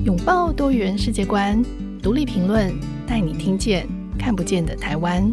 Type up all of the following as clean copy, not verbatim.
拥抱多元世界观，独立评论，带你听见看不见的台湾。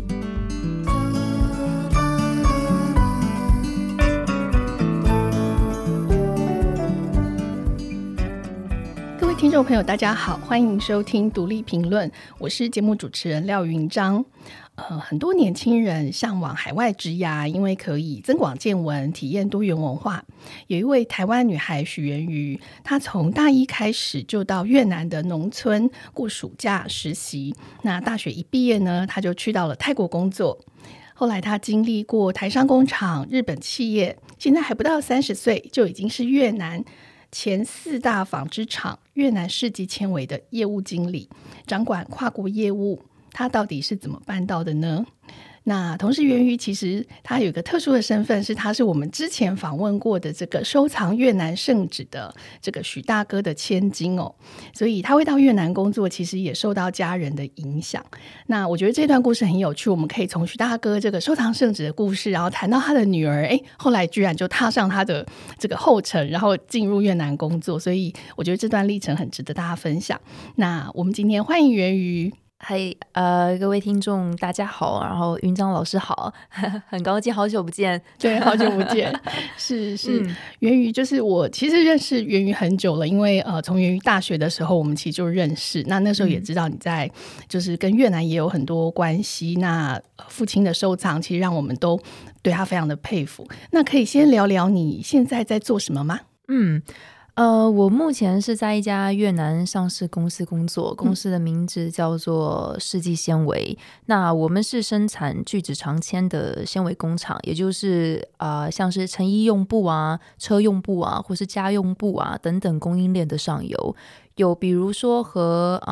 各位听众朋友大家好，欢迎收听独立评论，我是节目主持人廖云章。很多年轻人向往海外职涯，因为可以增广见闻，体验多元文化。有一位台湾女孩许元瑜，她从大一开始就到越南的农村过暑假实习，那大学一毕业呢，她就去到了泰国工作。后来她经历过台商工厂、日本企业，现在还不到30岁就已经是越南前4大纺织厂越南世纪纤维的业务经理，掌管跨国业务。他到底是怎么办到的呢？那同时元瑜其实他有一个特殊的身份，是他是我们之前访问过的这个收藏越南圣旨的这个许大哥的千金哦，所以他会到越南工作，其实也受到家人的影响。那我觉得这段故事很有趣，我们可以从许大哥这个收藏圣旨的故事，然后谈到他的女儿，后来居然就踏上他的这个后尘，然后进入越南工作，所以我觉得这段历程很值得大家分享。那我们今天欢迎元瑜。 嗨，各位听众大家好，然后云章老师好，很高兴，好久不见。 对，好久不见。是元瑜，就是我其实认识元瑜很久了，因为从元瑜大学的时候我们其实就认识，那时候也知道你在就是跟越南也有很多关系，那父亲的收藏其实让我们都对他非常的佩服。那可以先聊聊你现在在做什么吗？ 我目前是在一家越南上市公司工作，公司的名字叫做世纪纤维。那我们是生产聚酯长纤的纤维工厂，也就是像是成衣用布啊、车用布啊，或是家用布啊等等供应链的上游。有比如说和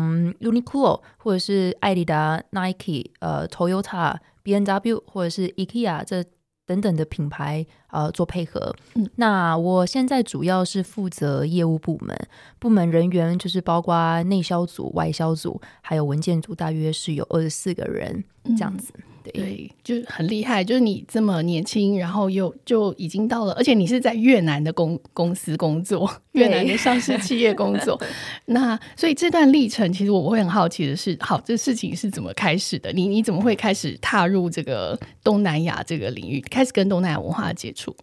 Uniqlo 或者是艾迪达、Nike、Toyota、BMW 或者是 IKEA 这等等的品牌做配合。那我现在主要是负责业务部门人员就是包括内销组、外销组还有文件组，大约是有24个人这样子。 对，就很厉害，就是你这么年轻，然后就已经到了，而且你是在越南的公司工作，越南的上市企业工作。那所以这段历程，其实我会很好奇的是，好，这事情是怎么开始的？你怎么会开始踏入这个东南亚这个领域，开始跟东南亚文化接触？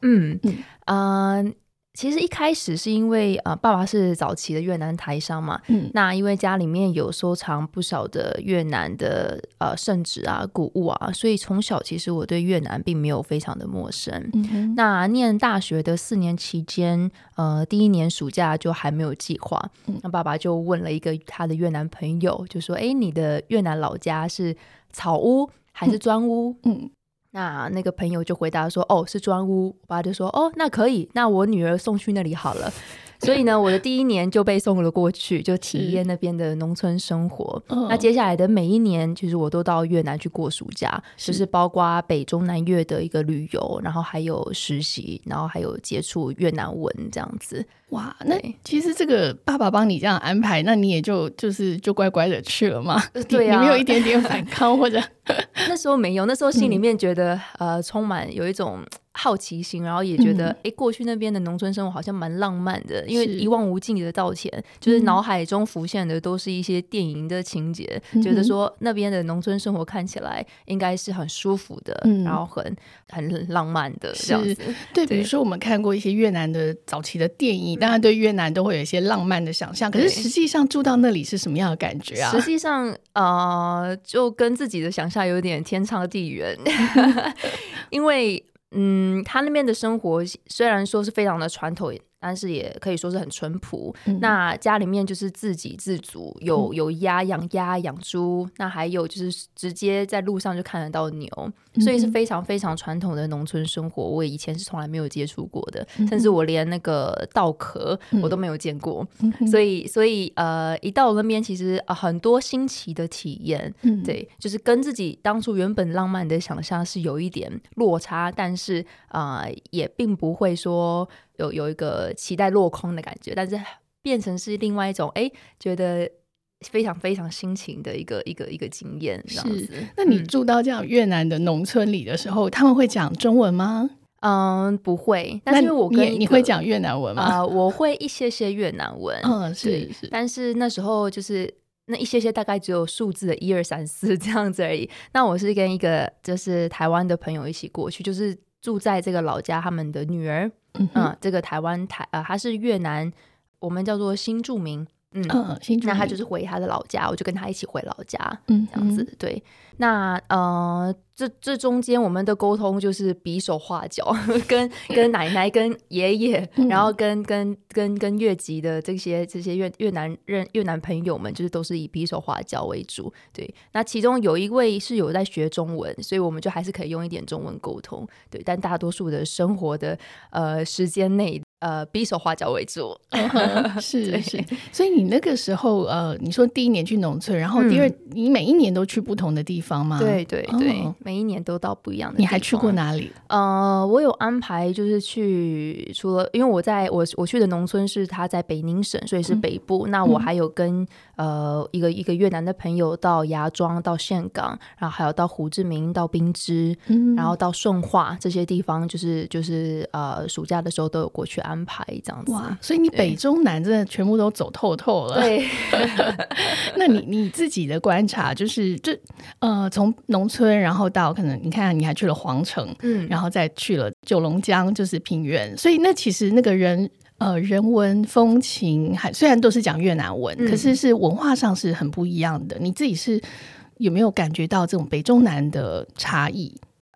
其实一开始是因为爸爸是早期的越南台商嘛，那因为家里面有收藏不少的越南的圣旨啊、古物啊，所以从小其实我对越南并没有非常的陌生。那念大学的4年期间，第1年暑假就还没有计划，那爸爸就问了一个他的越南朋友，就说：“你的越南老家是草屋还是砖屋？”那个朋友就回答说：“是砖屋。”我爸就说：“那可以，那我女儿送去那里好了。”所以呢，我的第1年就被送了过去，就体验那边的农村生活。那接下来的每一年，其实我都到越南去过暑假，就是包括北中南越的一个旅游，然后还有实习，然后还有接触越南文这样子。 哇，那其实这个爸爸帮你这样安排，那你也就乖乖的去了吗？ 对啊， 你没有一点点反抗或者？ 那时候没有，那时候心里面觉得充满有一种好奇心，然后也觉得过去那边的农村生活好像蛮浪漫的，因为一望无尽的稻田，就是脑海中浮现的都是一些电影的情节，觉得说那边的农村生活看起来应该是很舒服的，然后很浪漫的这样子。 对，比如说我们看过一些越南的早期的电影，当然对越南都会有一些浪漫的想象，可是实际上住到那里是什么样的感觉啊？ 实际上就跟自己的想象有点天差地远因为他那边的生活虽然说是非常的传统，但是也可以说是很淳朴。那家里面就是自给自足，有鸭养猪，那还有就是直接在路上就看得到牛，所以是非常非常传统的农村生活。我以前是从来没有接触过的，甚至我连那个稻壳我都没有见过。所以一到那边其实很多新奇的体验，对，就是跟自己当初原本浪漫的想象是有一点落差，但是也并不会说有一个期待落空的感觉，但是变成是另外一种觉得非常非常新奇的一个经验这样子。 那你住到这样越南的农村里的时候，他们会讲中文吗？ 不会，但是因为我跟你会讲越南文吗？ 我会一些越南文， 是， 但是那时候就是那一些大概只有数字的1、2、3、4这样子而已。那我是跟一个就是台湾的朋友一起过去，就是住在这个老家，他们的女儿，这个台湾他是越南，我们叫做新住民。那他就是回他的老家，我就跟他一起回老家，这样子。对，那这中间我们的沟通就是比手画脚，跟奶奶、跟爷爷，然后跟越籍的这些越南朋友们，就是都是以比手画脚为主。对，那其中有一位是有在学中文，所以我们就还是可以用一点中文沟通。对，但大多数的生活的时间内。比手画脚为主。 是，所以你那个时候你说第一年去农村，然后第二你每一年都去不同的地方吗？ 对，每一年都到不一样的地方。 你还去过哪里？ 我有安排就是去，除了因为我去的农村是他在北宁省，所以是北部。那我还有跟一个越南的朋友到芽庄、到岘港，然后还有到胡志明、到冰芝，然后到顺化这些地方，就是暑假的时候都有过去安排这样子。 哇，所以你北中南真的全部都走透透了。 对。 那你自己的观察就是从农村然后到可能你看你还去了皇城，然后再去了九龙江，就是平原，所以那其实那个人文风情虽然都是讲越南文，可是文化上是很不一样的。你自己是有没有感觉到这种北中南的差异？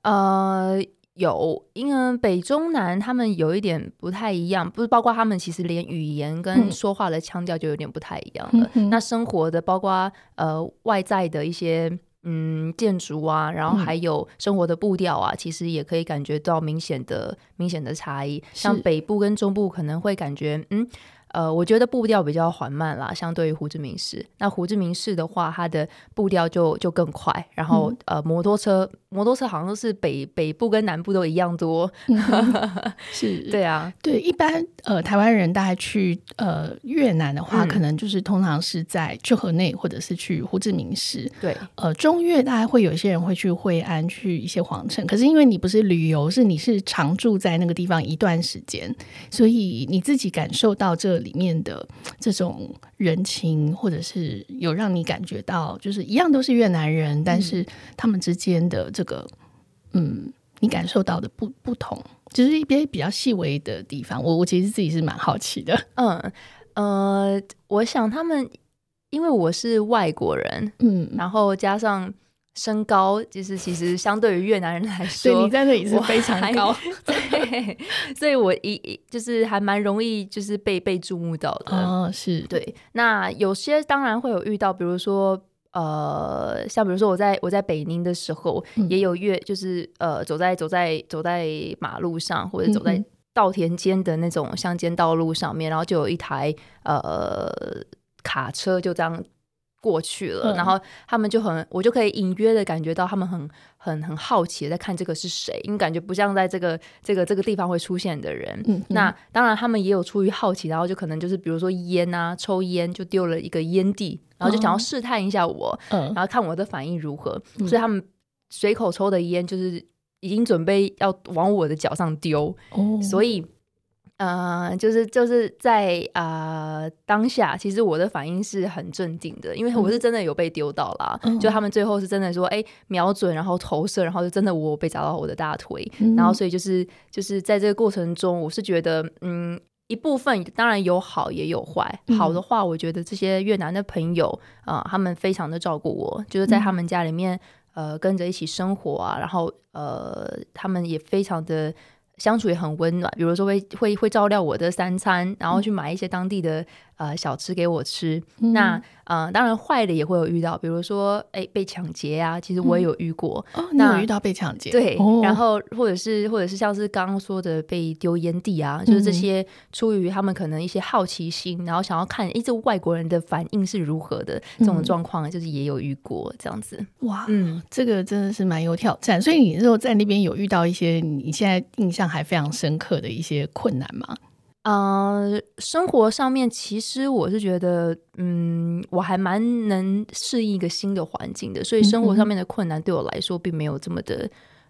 有，因为北中南他们有一点不太一样，不是包括他们其实连语言跟说话的腔调就有点不太一样了。那生活的包括外在的一些建筑啊，然后还有生活的步调啊，其实也可以感觉到明显的差异。像北部跟中部可能会感觉我觉得步调比较缓慢啦，相对于胡志明市。那胡志明市的话，它的步调就更快，然后摩托车好像是北部跟南部都一样多。 是， 对啊， 对，一般台湾人大概去越南的话，可能就是通常是去河内或者是去胡志明市。 对， 中越大概会有一些人会去惠安，去一些皇城，可是因为你不是旅游，你是常住在那个地方一段时间，所以你自己感受到这里面的这种人情，或者是有让你感觉到就是一样都是越南人，但是他们之间的这个你感受到的不同，就是一些比较细微的地方，我其实自己是蛮好奇的。 我想他们因为我是外国人，然后加上身高，就是其实相对于越南人来说， 对，你在那里是非常高。 对，所以我就是还蛮容易就是被注目到的。 是，对。 那有些当然会有遇到，比如说像比如说我在北宁的时候，也有就是走在马路上，或者走在稻田间的那种乡间道路上面，然后就有一台卡车就这样过去了，然后他们我就可以隐约的感觉到他们很好奇在看这个是谁，因为感觉不像在这个地方会出现的人。那当然他们也有出于好奇，然后就可能就是比如说烟啊，抽烟就丢了一个烟蒂，然后就想要试探一下我，然后看我的反应如何，所以他们随口抽的烟就是已经准备要往我的脚上丢，所以就是在当下，其实我的反应是很镇定的，因为我是真的有被丢到啦。就他们最后是真的说，瞄准，然后投射，然后就真的我被砸到我的大腿，然后所以就是在这个过程中，我是觉得一部分当然有好也有坏。好的话，我觉得这些越南的朋友他们非常的照顾我，就是在他们家里面跟着一起生活啊，然后他们也非常的相处也很温暖，比如说会照料我的3餐，然后去买一些当地的小吃给我吃。那当然坏的也会有遇到，比如说被抢劫啊，其实我也有遇过。 你有遇到被抢劫？ 对，然后或者是像是刚刚说的被丢烟蒂啊，就是这些出于他们可能一些好奇心，然后想要看这外国人的反应是如何的这种状况，就是也有遇过这样子。 哇，这个真的是蛮有挑战。所以你在那边有遇到一些你现在印象还非常深刻的一些困难吗？ 生活上面其实我是觉得我还蛮能适应一个新的环境的，所以生活上面的困难对我来说并没有这么的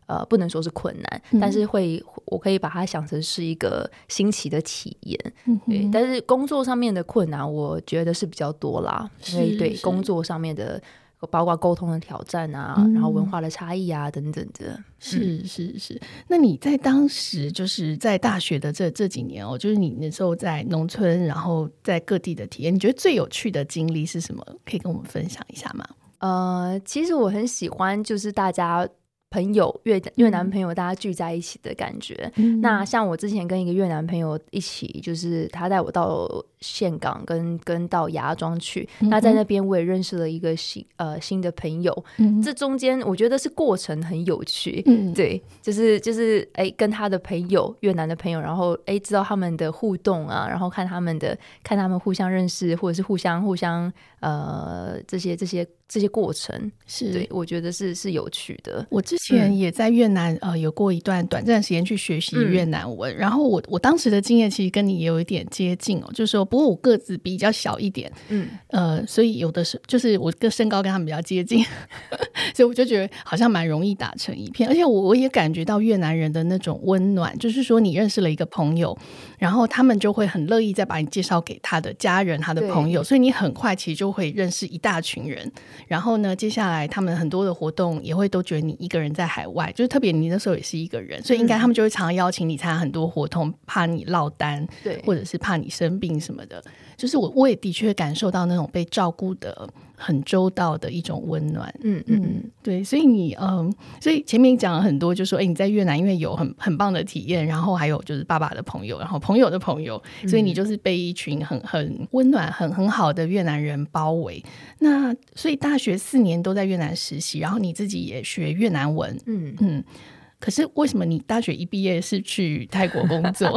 不能说是困难，但是我可以把它想成是一个新奇的体验。对，但是工作上面的困难我觉得是比较多啦，因为对工作上面的包括沟通的挑战啊，然后文化的差异啊等等的。 是。那你在当时就是在大学的这几年就是你那时候在农村，然后在各地的体验，你觉得最有趣的经历是什么？可以跟我们分享一下吗？ 其实我很喜欢就是大家朋友越南朋友大家聚在一起的感觉。那像我之前跟一个越南朋友一起，就是他带我到岘港跟到芽庄去，那在那边我也认识了一个新的朋友。这中间我觉得是过程很有趣。对，就是跟他的朋友越南的朋友，然后知道他们的互动啊，然后看他们互相认识，或者是互相这些过程，是对我觉得是有趣的。 我之前也在越南有过一段短暂时间去学习越南文，然后我当时的经验其实跟你也有一点接近就是说不过我个子比较小一点，所以有的是就是我身高跟他们比较接近所以我就觉得好像蛮容易打成一片，而且我也感觉到越南人的那种温暖，就是说你认识了一个朋友，然后他们就会很乐意再把你介绍给他的家人他的朋友，所以你很快其实就会认识一大群人，然后呢接下来他们很多的活动也会都觉得你一个人在海外，就是特别你那时候也是一个人，所以应该他们就会常常邀请你参加很多活动，怕你落单，对，或者是怕你生病什么的，就是我也的确感受到那种被照顾的很周到的一种温暖。对，所以所以前面讲了很多，就说你在越南因为有很棒的体验，然后还有就是爸爸的朋友，然后朋友的朋友，所以你就是被一群很温暖很好的越南人包围。那所以大学4年都在越南实习，然后你自己也学越南文。可是为什么你大学一毕业是去泰国工作？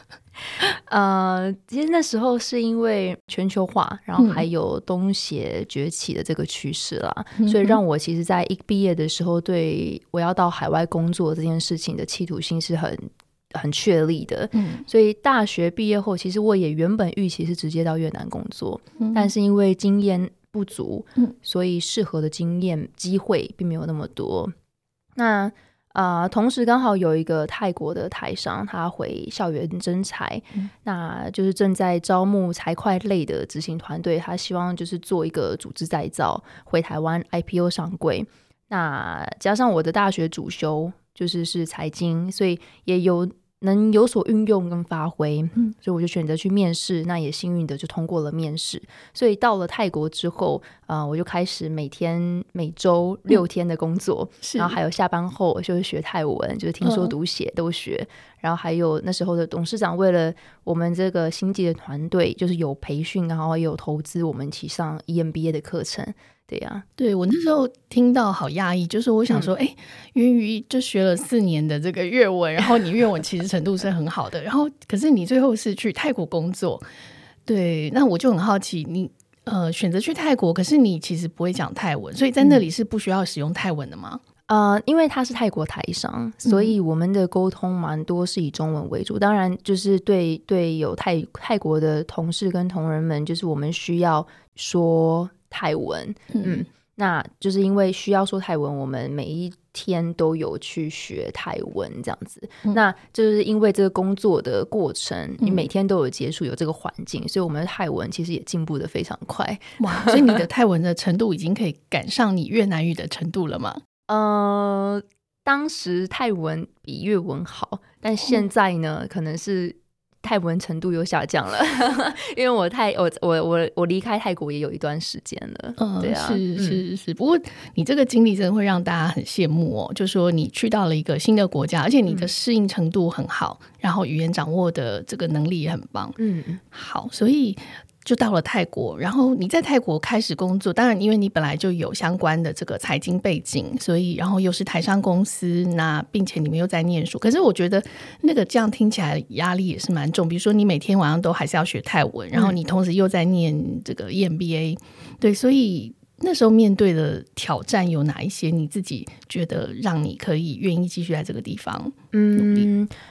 其实那时候是因为全球化，然后还有东协崛起的这个趋势啦，所以让我其实在一毕业的时候对我要到海外工作这件事情的企图心是很确立的。所以大学毕业后其实我也原本预期是直接到越南工作，但是因为经验不足，所以适合的经验机会并没有那么多。那同时刚好有一个泰国的台商他回校园征才，那就是正在招募财会类的执行团队，他希望就是做一个组织再造回台湾 IPO 上柜。那加上我的大学主修是财经，所以也能有所运用跟发挥，所以我就选择去面试，那也幸运的就通过了面试。所以到了泰国之后我就开始每周6天的工作，然后还有下班后就是学泰文，就是听说读写都学，然后还有那时候的董事长为了我们这个星际的团队就是有培训，然后也有投资我们一起上 EMBA 的课程。对啊， 对，我那时候听到好讶异，就是我想说渊瑜就学了4年的这个越文，然后你越文其实程度是很好的，然后可是你最后是去泰国工作。对，那我就很好奇，你选择去泰国，可是你其实不会讲泰文，所以在那里是不需要使用泰文的吗？ 因为他是泰国台商，所以我们的沟通蛮多是以中文为主。当然就是对有泰国的同事跟同仁们，就是我们需要说泰文。那就是因为需要说泰文，我们每一天都有去学泰文这样子。那就是因为这个工作的过程，你每天都有接触，有这个环境，所以我们的泰文其实也进步得非常快。 哇，所以你的泰文的程度已经可以赶上你越南语的程度了吗？ 当时泰文比越文好，但现在呢可能是泰文程度又下降了因为我离开泰国也有一段时间了。对啊， 是。不过你这个经历真的会让大家很羡慕就说你去到了一个新的国家，而且你的适应程度很好，然后语言掌握的这个能力也很棒。好，所以就到了泰国，然后你在泰国开始工作，当然因为你本来就有相关的这个财经背景，所以然后又是台商公司，那并且你们又在念书，可是我觉得那个这样听起来压力也是蛮重，比如说你每天晚上都还是要学泰文，然后你同时又在念这个 EMBA。 对，所以那时候面对的挑战有哪一些你自己觉得让你可以愿意继续在这个地方努力？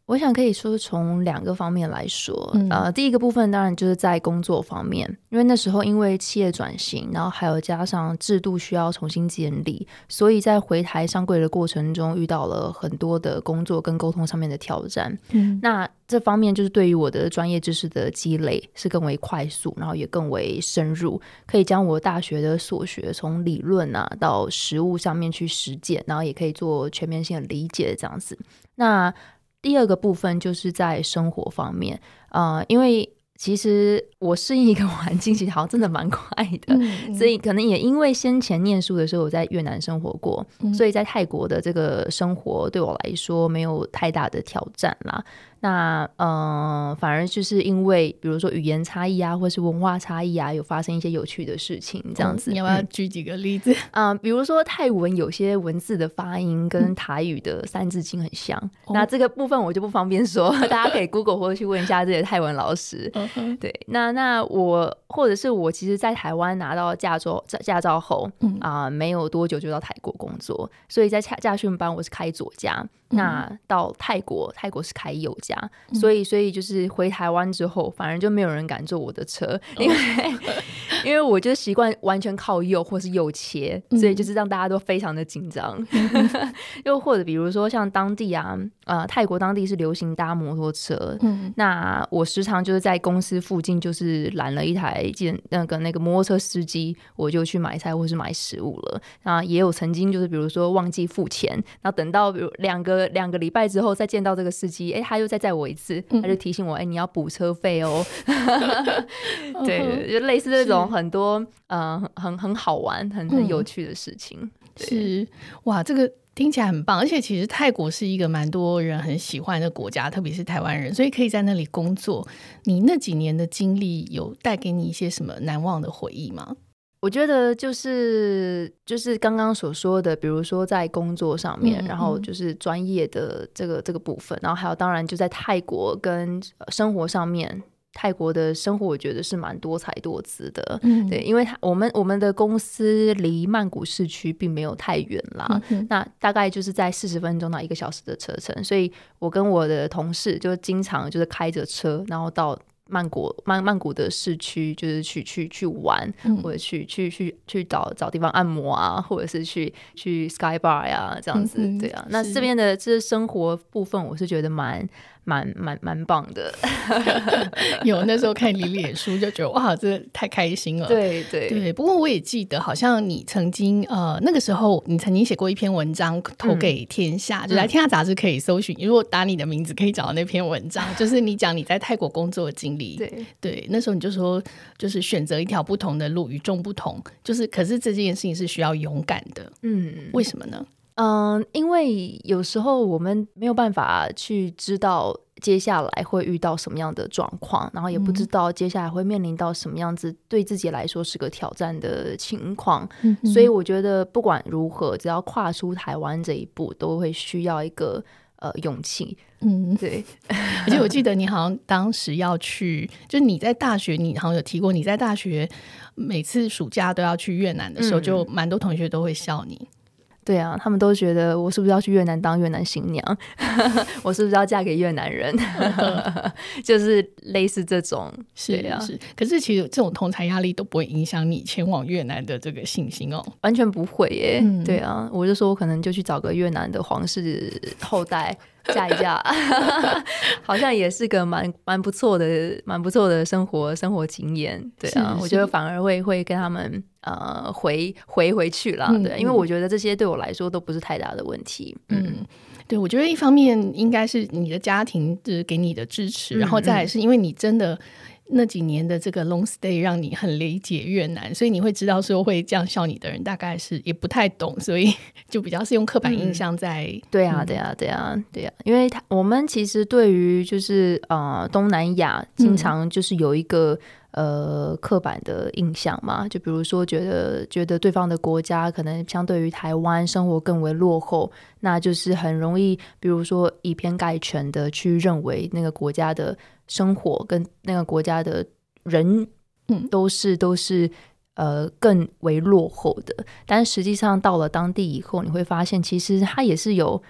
我想可以说从2个方面来说，第一个部分当然就是在工作方面，因为那时候因为企业转型，然后还有加上制度需要重新建立，所以在回台上柜的过程中遇到了很多的工作跟沟通上面的挑战。那这方面就是对于我的专业知识的积累是更为快速，然后也更为深入，可以将我大学的所学从理论到实务上面去实践，然后也可以做全面性的理解这样子。那第二个部分就是在生活方面，因为其实我适应一个环境其实好像真的蛮快的，所以可能也因为先前念书的时候我在越南生活过，所以在泰国的这个生活对我来说没有太大的挑战啦。那反而就是因为比如说语言差异或是文化差异有发生一些有趣的事情这样子。 你要不要举几个例子？ 比如说泰文有些文字的发音跟台语的三字经很像，那这个部分我就不方便说，大家可以 Google 或者去问一下这些泰文老师。对，那我或者是我其实在台湾拿到驾照后没有多久就到泰国工作，所以在驾训班我是开左驾，那到泰国是开右驾，所以就是回台湾之后反而就没有人敢坐我的车，因为我就习惯完全靠右或是右切，所以就是让大家都非常的紧张。又或者比如说像当地泰国当地是流行搭摩托车，那我时常就是在公司附近就是拦了一台那个摩托车司机，我就去买菜或是买食物了。那也有曾经就是比如说忘记付钱，然后等到比如两个礼拜之后再见到这个司机，他又再载我一次，他就提醒我你要补车费哦。对，就类似这种很多很好玩很有趣的事情。 是，哇，这个听起来很棒，而且其实泰国是一个蛮多人很喜欢的国家，特别是台湾人，所以可以在那里工作。你那几年的经历有带给你一些什么难忘的回忆吗？ 我觉得就是刚刚所说的，比如说在工作上面，然后就是专业的这个部分，然后还有当然就在泰国跟生活上面。泰国的生活我觉得是蛮多彩多姿的，对，因为我们的公司离曼谷市区并没有太远啦，那大概就是在40分钟到1个小时的车程，所以我跟我的同事就经常就是开着车，然后到曼谷的市区，就是去玩，或者去找地方按摩或者是去 Sky Bar 这样子，对啊。那这边的这生活部分，我是觉得蛮棒的。 有那时候看你脸书就觉得哇，这太开心了。对。不过我也记得，好像你曾经那个时候你曾经写过一篇文章投给天下，就在天下杂志可以搜寻，如果打你的名字可以找到那篇文章，就是你讲你在泰国工作的经历。对，那时候你就说，就是选择一条不同的路，与众不同，就是可是这件事情是需要勇敢的。为什么呢？ 因为有时候我们没有办法去知道接下来会遇到什么样的状况，然后也不知道接下来会面临到什么样子对自己来说是个挑战的情况，所以我觉得不管如何，只要跨出台湾这一步，都会需要一个勇气。对。 而且我记得你好像当时要去，就你在大学，你好像有提过，你在大学每次暑假都要去越南的时候，就蛮多同学都会笑你。 对啊，他们都觉得我是不是要去越南当越南新娘我是不是要嫁给越南人就是类似这种。 是。可是其实这种同侪压力都不会影响你前往越南的这个信心哦。 完全不会耶。对啊，我就说我可能就去找个越南的皇室后代嫁一嫁好像也是个蛮不错的生活经验。对啊，我觉得反而会跟他们回去啦。对，因为我觉得这些对我来说都不是太大的问题。 对，我觉得一方面应该是你的家庭就是给你的支持，然后再来是因为你真的那几年的这个 long stay 让你很理解越南，所以你会知道说会这样笑你的人大概是也不太懂，所以就比较是用刻板印象在。 对啊，因为我们其实对于就是东南亚经常就是有一个刻板的印象嘛，就比如说觉得对方的国家可能相对于台湾生活更为落后，那就是很容易比如说以偏概全的去认为那个国家的生活跟那个国家的人都是更为落后的。但实际上到了当地以后，你会发现其实它也是有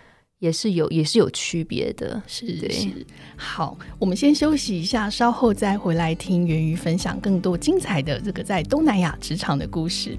也是有区别的。 是。好，我们先休息一下，稍后再回来听元瑜分享更多精彩的这个在东南亚职场的故事。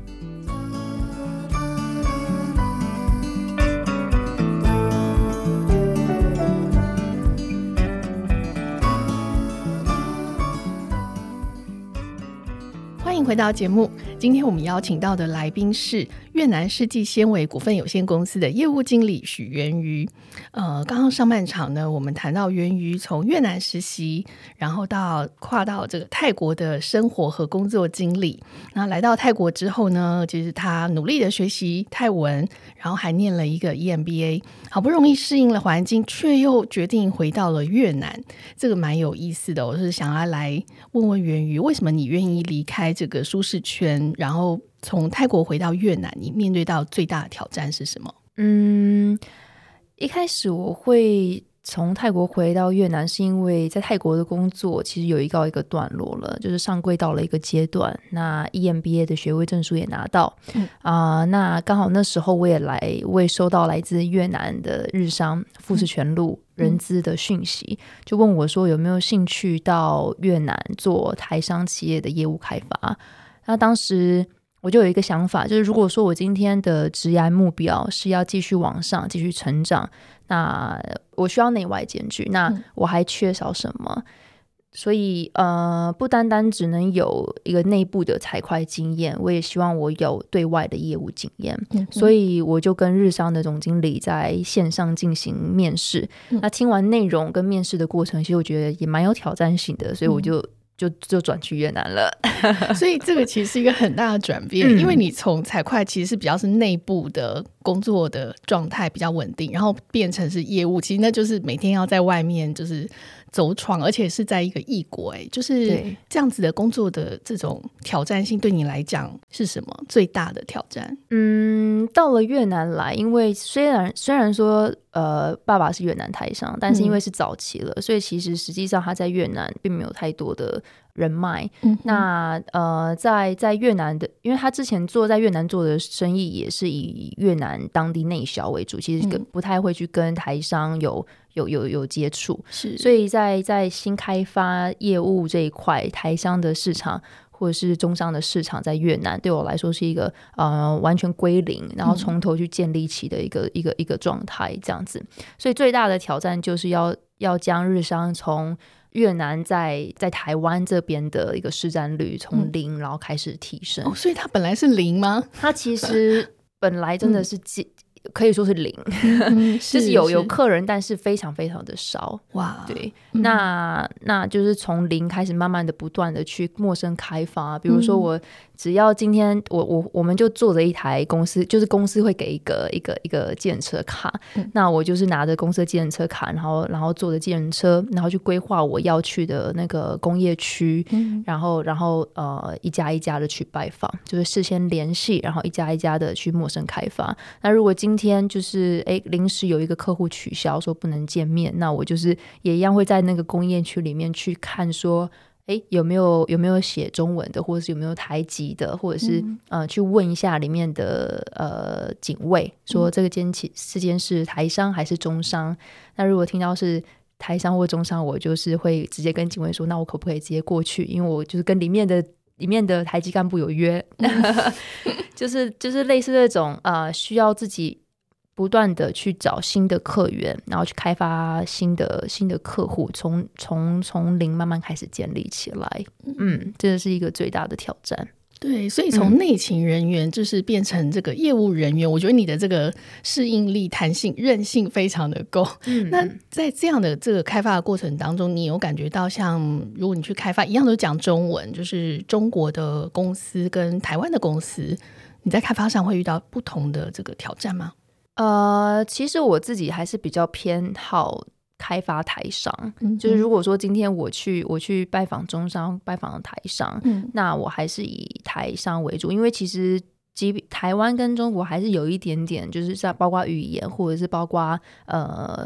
欢迎回到节目，今天我们邀请到的来宾是越南世纪纤维股份有限公司的业务经理许元瑜。刚刚上半场呢，我们谈到元瑜从越南实习，然后跨到这个泰国的生活和工作经历。那来到泰国之后呢，其实他努力的学习泰文，然后还念了一个 EMBA， 好不容易适应了环境，却又决定回到了越南。这个蛮有意思的，我是想要来问问元瑜，为什么你愿意离开这个舒适圈，然后从泰国回到越南，你面对到最大的挑战是什么？ 一开始我会从泰国回到越南，是因为在泰国的工作其实有一个段落了，就是上柜到了一个阶段，那 EMBA 的学位证书也拿到，那刚好那时候我也收到来自越南的日商富士全路人资的讯息，就问我说有没有兴趣到越南做台商企业的业务开发。那当时我就有一个想法，就是如果说我今天的职业目标是要继续往上继续成长，那我需要内外兼具，那我还缺少什么？所以不单单只能有一个内部的财会经验，我也希望我有对外的业务经验，所以我就跟日商的总经理在线上进行面试，那听完内容跟面试的过程，其实我觉得也蛮有挑战性的，所以我就转去越南了。 所以这个其实是一个很大的转变，因为你从财会其实是比较是内部的工作的状态比较稳定，然后变成是业务，其实那就是每天要在外面就是走闯，而且是在一个异国，就是这样子的工作的这种挑战性对你来讲是什么最大的挑战？ 到了越南来，因为虽然说爸爸是越南台商，但是因为是早期了，所以其实实际上他在越南并没有太多的人脉。那在越南的，因为他之前在越南做的生意也是以越南当地内销为主，其实不太会去跟台商有接触，所以在新开发业务这一块，台商的市场或者是中商的市场在越南对我来说是一个完全归零，然后从头去建立起的一个状态这样子。所以最大的挑战就是要将日商从越南在台湾这边的一个市占率从零然后开始提升。 所以它本来是零吗？ 它其实本来真的是可以说是零，就是有客人，但是非常非常的少。哇，对，那就是从零开始，慢慢的不断的去陌生开发。比如说我只要今天我们就坐着一台公司，就是公司会给一个计程车卡，那我就是拿着公司的计程车卡，然后坐着计程车，然后去规划我要去的那个工业区，然后一家一家的去拜访，就是事先联系，然后一家一家的去陌生开发。那如果今天就是临时有一个客户取消说不能见面，那我就是也一样会在那个工业区里面去看说有没有写中文的，或者是有没有台籍的，或者是去问一下里面的警卫说这间是台商还是中商。那如果听到是台商或中商，我就是会直接跟警卫说那我可不可以直接过去，因为我就是跟里面的台籍干部有约就是类似这种需要自己不断的去找新的客源，然后去开发新的客户，从零慢慢开始建立起来。这是一个最大的挑战。对， 所以从内勤人员就是变成这个业务人员，我觉得你的这个适应力、弹性、韧性非常的够。那在这样的这个开发的过程当中，你有感觉到像如果你去开发一样都讲中文，就是中国的公司跟台湾的公司，你在开发上会遇到不同的这个挑战吗？ 其实我自己还是比较偏好开发台商，就是如果说今天我去拜访中商，拜访台商，那我还是以台商为主，因为其实台湾跟中国还是有一点点，就是包括语言或者是包括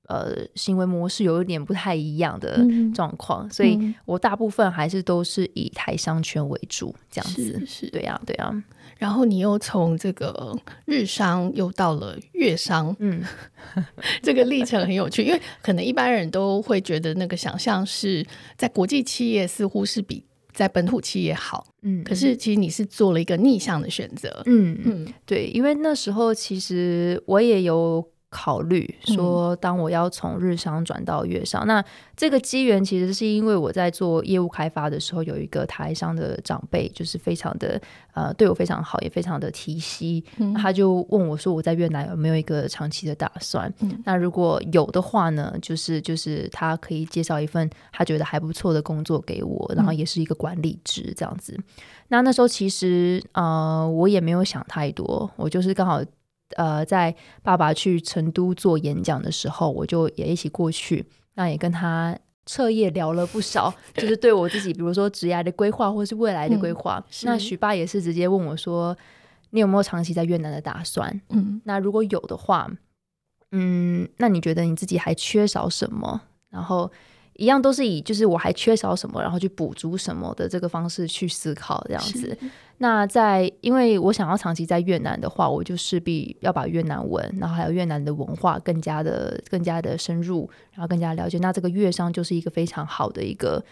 行为模式有一点不太一样的状况，所以我大部分还是都是以台商圈为主这样子。 是对啊对啊。 然后你又从这个日商又到了粤商，这个历程很有趣，因为可能一般人都会觉得那个想象是在国际企业似乎是比在本土企业好，可是其实你是做了一个逆向的选择。 对，因为那时候其实我也有考虑说当我要从日商转到粤商，那这个机缘其实是因为我在做业务开发的时候，有一个台商的长辈就是非常的对我非常好，也非常的提携，他就问我说我在越南有没有一个长期的打算，那如果有的话呢，就是他可以介绍一份他觉得还不错的工作给我，然后也是一个管理职这样子。那时候其实我也没有想太多，我就是刚好在爸爸去成都做演讲的时候，我就也一起过去，那也跟他彻夜聊了不少，就是对我自己比如说职业的规划或是未来的规划。那许爸也是直接问我说你有没有长期在越南的打算，那如果有的话那你觉得你自己还缺少什么，然后一样都是以就是我还缺少什么然后去补足什么的这个方式去思考这样子。那因为我想要长期在越南的话，我就势必要把越南文然后还有越南的文化更加的深入，然后更加了解，那这个粤商就是一个非常好的一个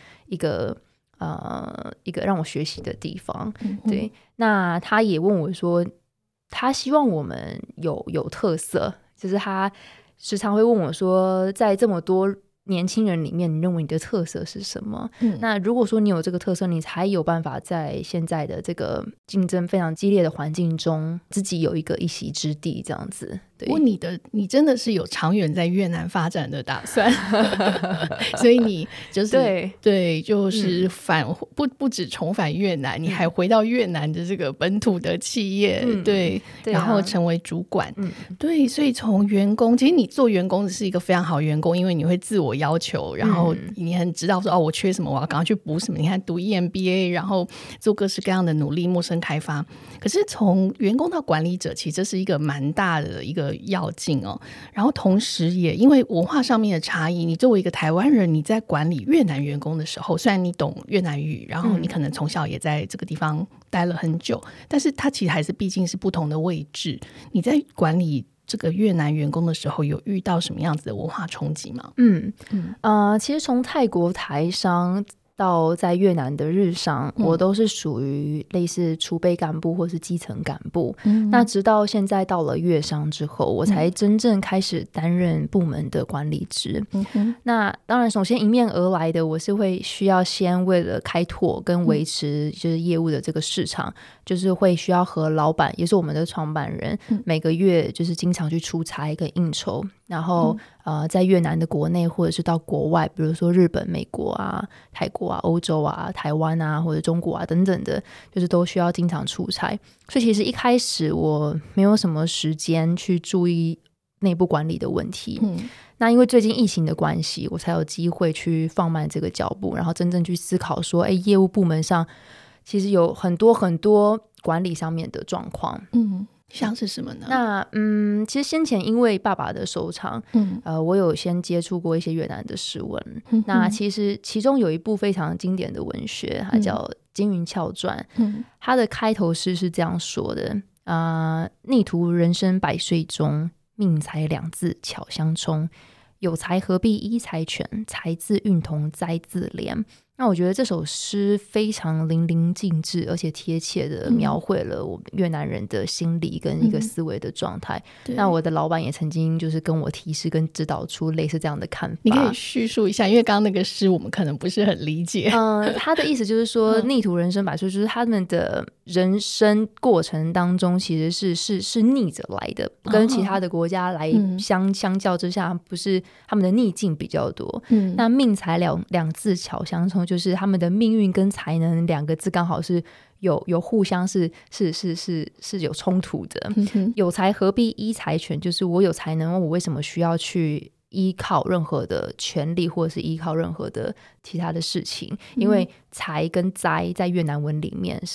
让我学习的地方。对，那他也问我说他希望我们有特色，就是他时常会问我说在这么多年轻人里面你认为你的特色是什么，那如果说你有这个特色，你才有办法在现在的这个竞争非常激烈的环境中自己有一个一席之地这样子。不过你真的是有长远在越南发展的打算所以你就是对就是不止重返越南，你还回到越南的这个本土的企业，对，然后成为主管。对，所以从员工，其实你做员工是一个非常好的员工，因为你会自我要求，然后你很知道说我缺什么我要赶快去补什么，你看读 EMBA 然后做各式各样的努力陌生开发。可是从员工到管理者，其实这是一个蛮大的一个要进哦。然后同时也因为文化上面的差异，你作为一个台湾人，你在管理越南员工的时候，虽然你懂越南语，然后你可能从小也在这个地方待了很久，但是它其实还是毕竟是不同的位置。你在管理这个越南员工的时候，有遇到什么样子的文化冲击吗？ 其实从泰国台商到在越南的日商，我都是属于类似储备干部或是基层干部。那直到现在到了越商之后，我才真正开始担任部门的管理职。那当然首先迎面而来的，我是会需要先为了开拓跟维持就是业务的这个市场，就是会需要和老板也是我们的创办人每个月就是经常去出差跟应酬，然后在越南的国内或者是到国外，比如说日本、美国啊、泰国啊、欧洲啊、台湾啊或者中国啊等等的，就是都需要经常出差。所以其实一开始我没有什么时间去注意内部管理的问题。那因为最近疫情的关系，我才有机会去放慢这个脚步，然后真正去思考说业务部门上其实有很多很多管理上面的状况。 像是什么呢？ 那其实先前因为爸爸的收藏，我有先接触过一些越南的诗文。那其实其中有一部非常经典的文学，它叫《金云翘传》。它的开头诗是这样说的：逆途人生百岁中，命财两字巧相冲。有才何必依财权，才自运同灾自怜。那我觉得这首诗非常淋漓尽致，而且贴切的描绘了我们越南人的心理跟一个思维的状态。那我的老板也曾经就是跟我提示跟指导出类似这样的看法。 你可以叙述一下，因为刚刚那个诗我们可能不是很理解。 他的意思就是说逆途人生百岁，就是他们的人生过程当中其实是逆着来的，跟其他的国家来相较之下，不是他们的逆境比较多。那命财两字巧相冲，就是他们的命运跟才能两个字刚好是有互相是有冲突的。有才何必依财权，就是我有才能，我为什么需要去依靠任何的权利或者是依靠任何的其他的事情？因为财跟灾在越南文里面是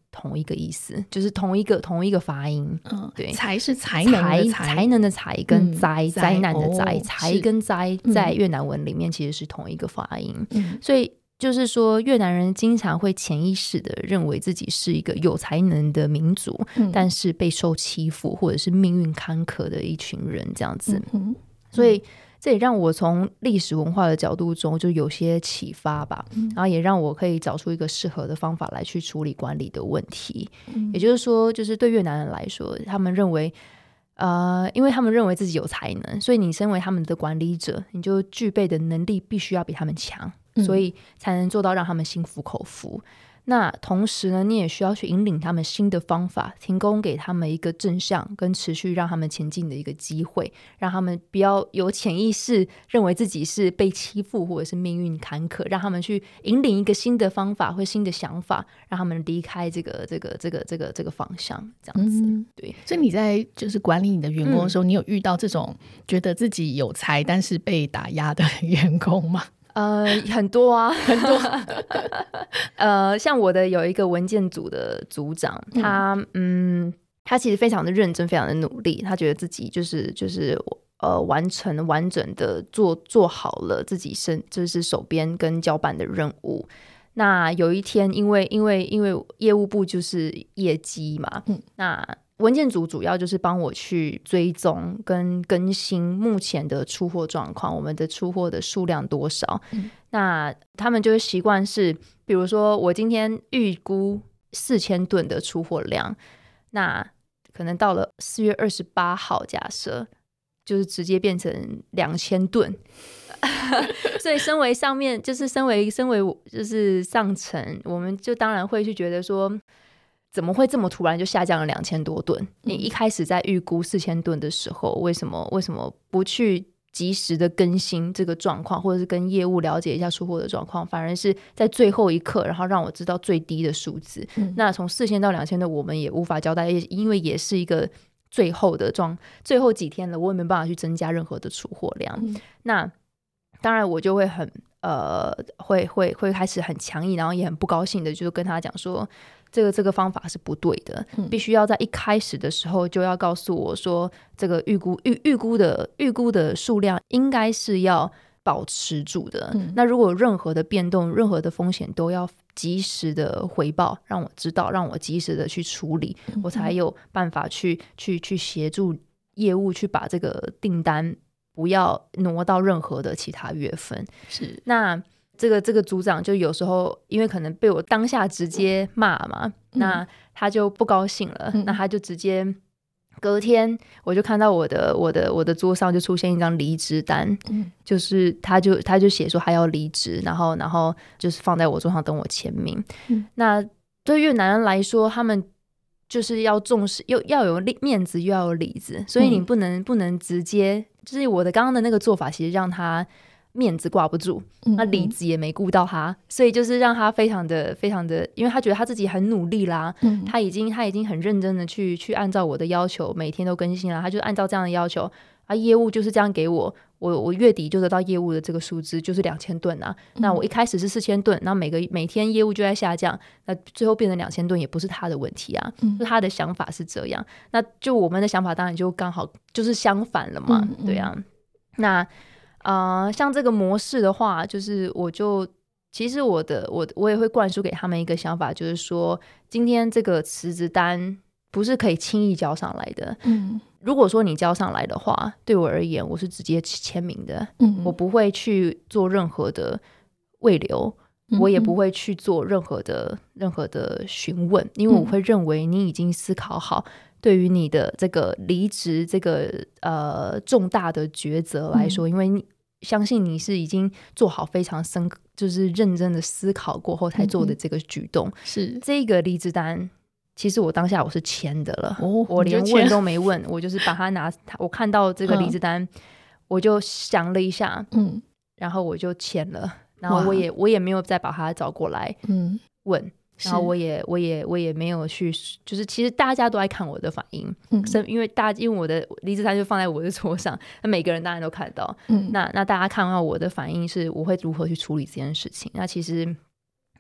同一个意思，就是同一个发音。对， 才是才能的才能的才跟灾难的灾， 哦才跟灾在越南文里面其实是同一个发音。所以就是说越南人经常会潜意识的认为自己是一个有才能的民族，但是被受欺负或者是命运坎坷的一群人这样子。所以这也让我从历史文化的角度中就有些启发吧，然后也让我可以找出一个适合的方法来去处理管理的问题。也就是说，就是对越南人来说，他们认为因为他们认为自己有才能，所以你身为他们的管理者，你就具备的能力必须要比他们强，所以才能做到让他们心服口服。那同时呢，你也需要去引领他们新的方法，提供给他们一个正向跟持续让他们前进的一个机会，让他们不要有潜意识认为自己是被欺负或者是命运坎坷，让他们去引领一个新的方法或新的想法，让他们离开这个方向，这样子。对， 所以你在就是管理你的员工的时候，你有遇到这种觉得自己有才但是被打压的员工吗？ 很多啊，很多。像我的有一个文件组的组长，他其实非常的认真，非常的努力，他觉得自己就是完整的做好了自己就是手边跟交办的任务。那有一天，因为业务部就是业绩嘛，那文件组主要就是帮我去追踪跟更新目前的出货状况，我们的出货的数量多少。那他们就会习惯是，比如说我今天预估4000吨的出货量，那可能到了4月28号，假设就是直接变成2000吨。所以身为上面就是身为就是上层，我们就当然会去觉得说，怎么会这么突然就下降了2000多吨？你一开始在预估4000吨的时候，为什么不去及时的更新这个状况，或者是跟业务了解一下出货的状况，反而是在最后一刻，然后让我知道最低的数字。那从4000到2000的我们也无法交代，因为也是一个最后几天了，我也没办法去增加任何的出货量。那当然我就会会开始很强硬，然后也很不高兴的就跟他讲说，这个方法是不对的，必须要在一开始的时候就要告诉我说，这个预估的数量应该是要保持住的。那如果有任何的变动，任何的风险都要及时的回报，让我知道，让我及时的去处理，我才有办法去协助业务去把这个订单不要挪到任何的其他月份。是，那这个组长就有时候因为可能被我当下直接骂嘛，那他就不高兴了，那他就直接隔天我就看到我的桌上就出现一张离职单，就是他就写说他要离职，然后就是放在我桌上等我签名。那对越南人来说，他们就是要重视，又要有面子，又要有里子，所以你不能直接，就是我的刚刚的那个做法，其实让他面子挂不住，那里子也没顾到他，所以就是让他非常的，因为他觉得他自己很努力啦，他已经很认真的去按照我的要求，每天都更新啦，他就按照这样的要求啊，业务就是这样给我月底就得到业务的这个数字，就是2000吨啊。那我一开始是4000吨，那每天业务就在下降，那最后变成2000吨也不是他的问题啊，就他的想法是这样。那就我们的想法当然就刚好就是相反了嘛，对啊。那像这个模式的话，就是其实我也会灌输给他们一个想法，就是说今天这个辞职单不是可以轻易交上来的。如果说你交上来的话，对我而言我是直接签名的，我不会去做任何的慰留，我也不会去做任何的询问，因为我会认为你已经思考好对于你的这个离职这个重大的抉择来说，因为你相信你是已经做好非常就是认真的思考过后才做的这个举动。是这个离职单其实我当下我是签的了，我连问都没问，我就是把它我看到这个离职单，我就想了一下，然后我就签了，然后我也没有再把它找过来问，然后我也没有去，就是其实大家都在看我的反应，因为我的离职单就放在我的桌上，那每个人当然都看得到，那大家看到我的反应是我会如何去处理这件事情。那其实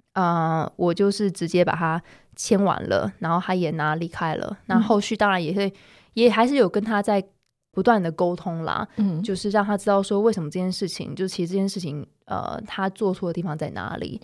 我就是直接把他签完了，然后他也离开了。那后续当然也还是有跟他在不断的沟通啦，就是让他知道说为什么这件事情，就其实这件事情他做错的地方在哪里。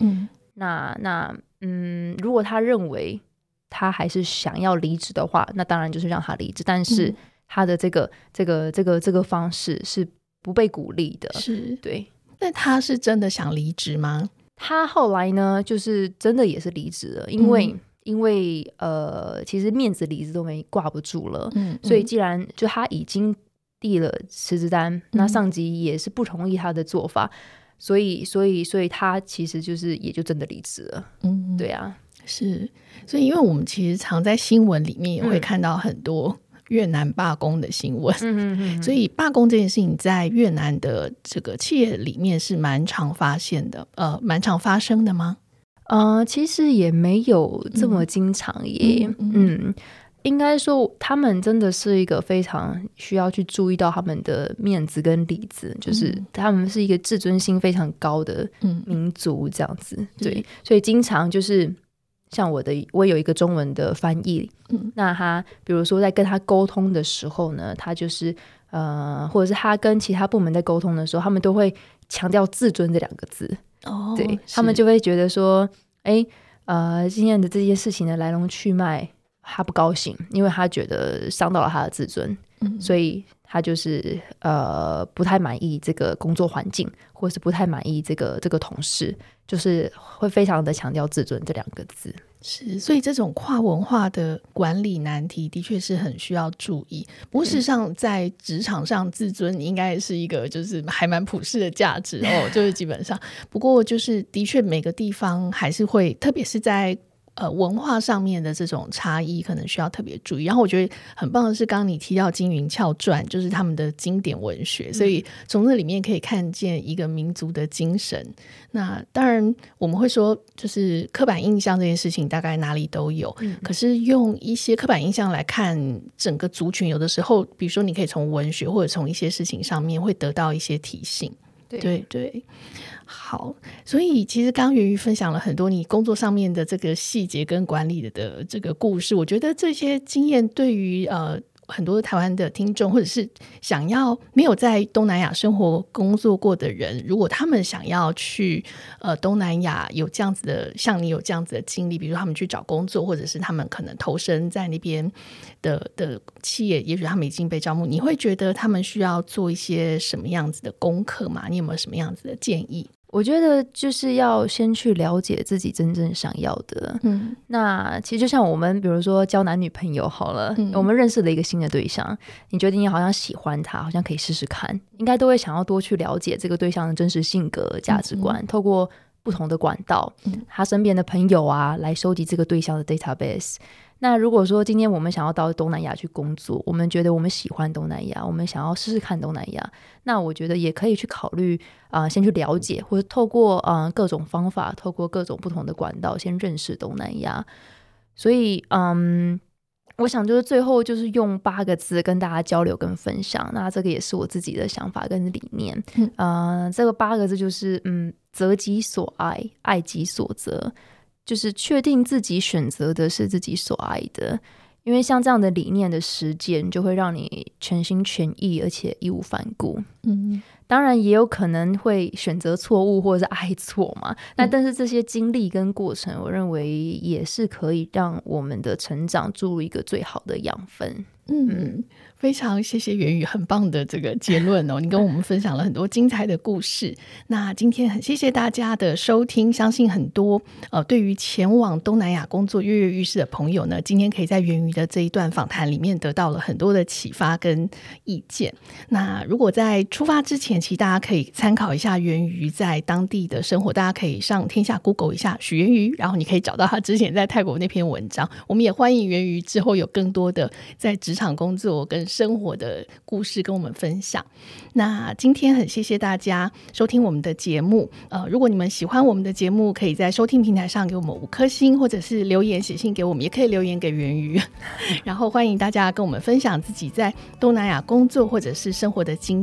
如果他认为他还是想要离职的话，那当然就是让他离职，但是他的这个方式是不被鼓励的。 是， 对。 那他是真的想离职吗？ 他后来呢，就是真的也是离职了，因为其实面子里子都没挂不住了，所以既然就他已经递了辞职单，那上级也是不同意他的做法，所以他其实就是也就真的离职了。对啊， 是，所以因为我们其实常在新闻里面也会看到很多越南罢工的新闻，所以罢工这件事情在越南的这个企业里面是蛮常发生的吗？ 其实也没有这么经常耶。应该说他们真的是一个非常需要去注意到他们的面子跟里子，就是他们是一个自尊心非常高的民族这样子。对，所以经常就是像我也有一个中文的翻译，那他比如说在跟他沟通的时候呢，他就是或者是他跟其他部门在沟通的时候，他们都会强调自尊这2个字。对，他们就会觉得说今天的这件事情的来龙去脉他不高兴，因为他觉得伤到了他的自尊，所以他就是不太满意这个工作环境，或是不太满意这个同事，就是会非常的强调自尊这2个字。 是，所以这种跨文化的管理难题的确是很需要注意。不过事实上在职场上自尊应该是一个就是还蛮普世的价值就是基本上，不过就是的确每个地方还是会，特别是在文化上面的这种差异可能需要特别注意。然后我觉得很棒的是刚刚你提到金云翘传，就是他们的经典文学，所以从这里面可以看见一个民族的精神。那当然我们会说就是刻板印象这件事情大概哪里都有，可是用一些刻板印象来看整个族群，有的时候比如说你可以从文学或者从一些事情上面会得到一些提醒。对，好，所以其实刚刚元瑜分享了很多你工作上面的这个细节跟管理的这个故事，我觉得这些经验对于很多台湾的听众，或者是想要没有在东南亚生活工作过的人，如果他们想要去东南亚有这样子的，像你有这样子的经历，比如说他们去找工作，或者是他们可能投身在那边的企业，也许他们已经被招募，你会觉得他们需要做一些什么样子的功课吗？你有没有什么样子的建议？ 我觉得就是要先去了解自己真正想要的。那其实就像我们比如说交男女朋友好了，我们认识了一个新的对象，你觉得你好像喜欢他，好像可以试试看，应该都会想要多去了解这个对象的真实性格价值观，透过不同的管道，他身边的朋友啊，来收集这个对象的 database。那如果说今天我们想要到东南亚去工作，我们觉得我们喜欢东南亚，我们想要试试看东南亚，那我觉得也可以去考虑先去了解，或者透过各种方法，透过各种不同的管道先认识东南亚。所以我想就是最后就是用8个字跟大家交流跟分享，那这个也是我自己的想法跟理念。这个8个字就是择己所爱，爱己所择，就是确定自己选择的是自己所爱的。因为像这样的理念的实践，就会让你全心全意而且义无反顾。当然也有可能会选择错误或者是爱错嘛，但是这些经历跟过程，我认为也是可以让我们的成长注入一个最好的养分。 非常谢谢元瑜很棒的这个结论你跟我们分享了很多精彩的故事。那今天很谢谢大家的收听，相信很多对于前往东南亚工作跃跃欲试的朋友呢，今天可以在元瑜的这一段访谈里面得到了很多的启发跟意见。那如果在出发之前，其实大家可以参考一下元瑜在当地的生活，大家可以上天下 Google 一下许元瑜，然后你可以找到他之前在泰国那篇文章。我们也欢迎元瑜之后有更多的在职场工作跟生活的故事跟我们分享。那今天很谢谢大家收听我们的节目，如果你们喜欢我们的节目，可以在收听平台上给我们5颗星，或者是留言写信给我们，也可以留言给元瑜。然后欢迎大家跟我们分享自己在东南亚工作或者是生活的经验。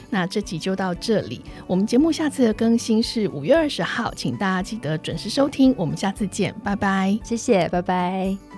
那这集就到这里，我们节目下次的更新是5月20号，请大家记得准时收听，我们下次见，拜拜。 谢谢，拜拜。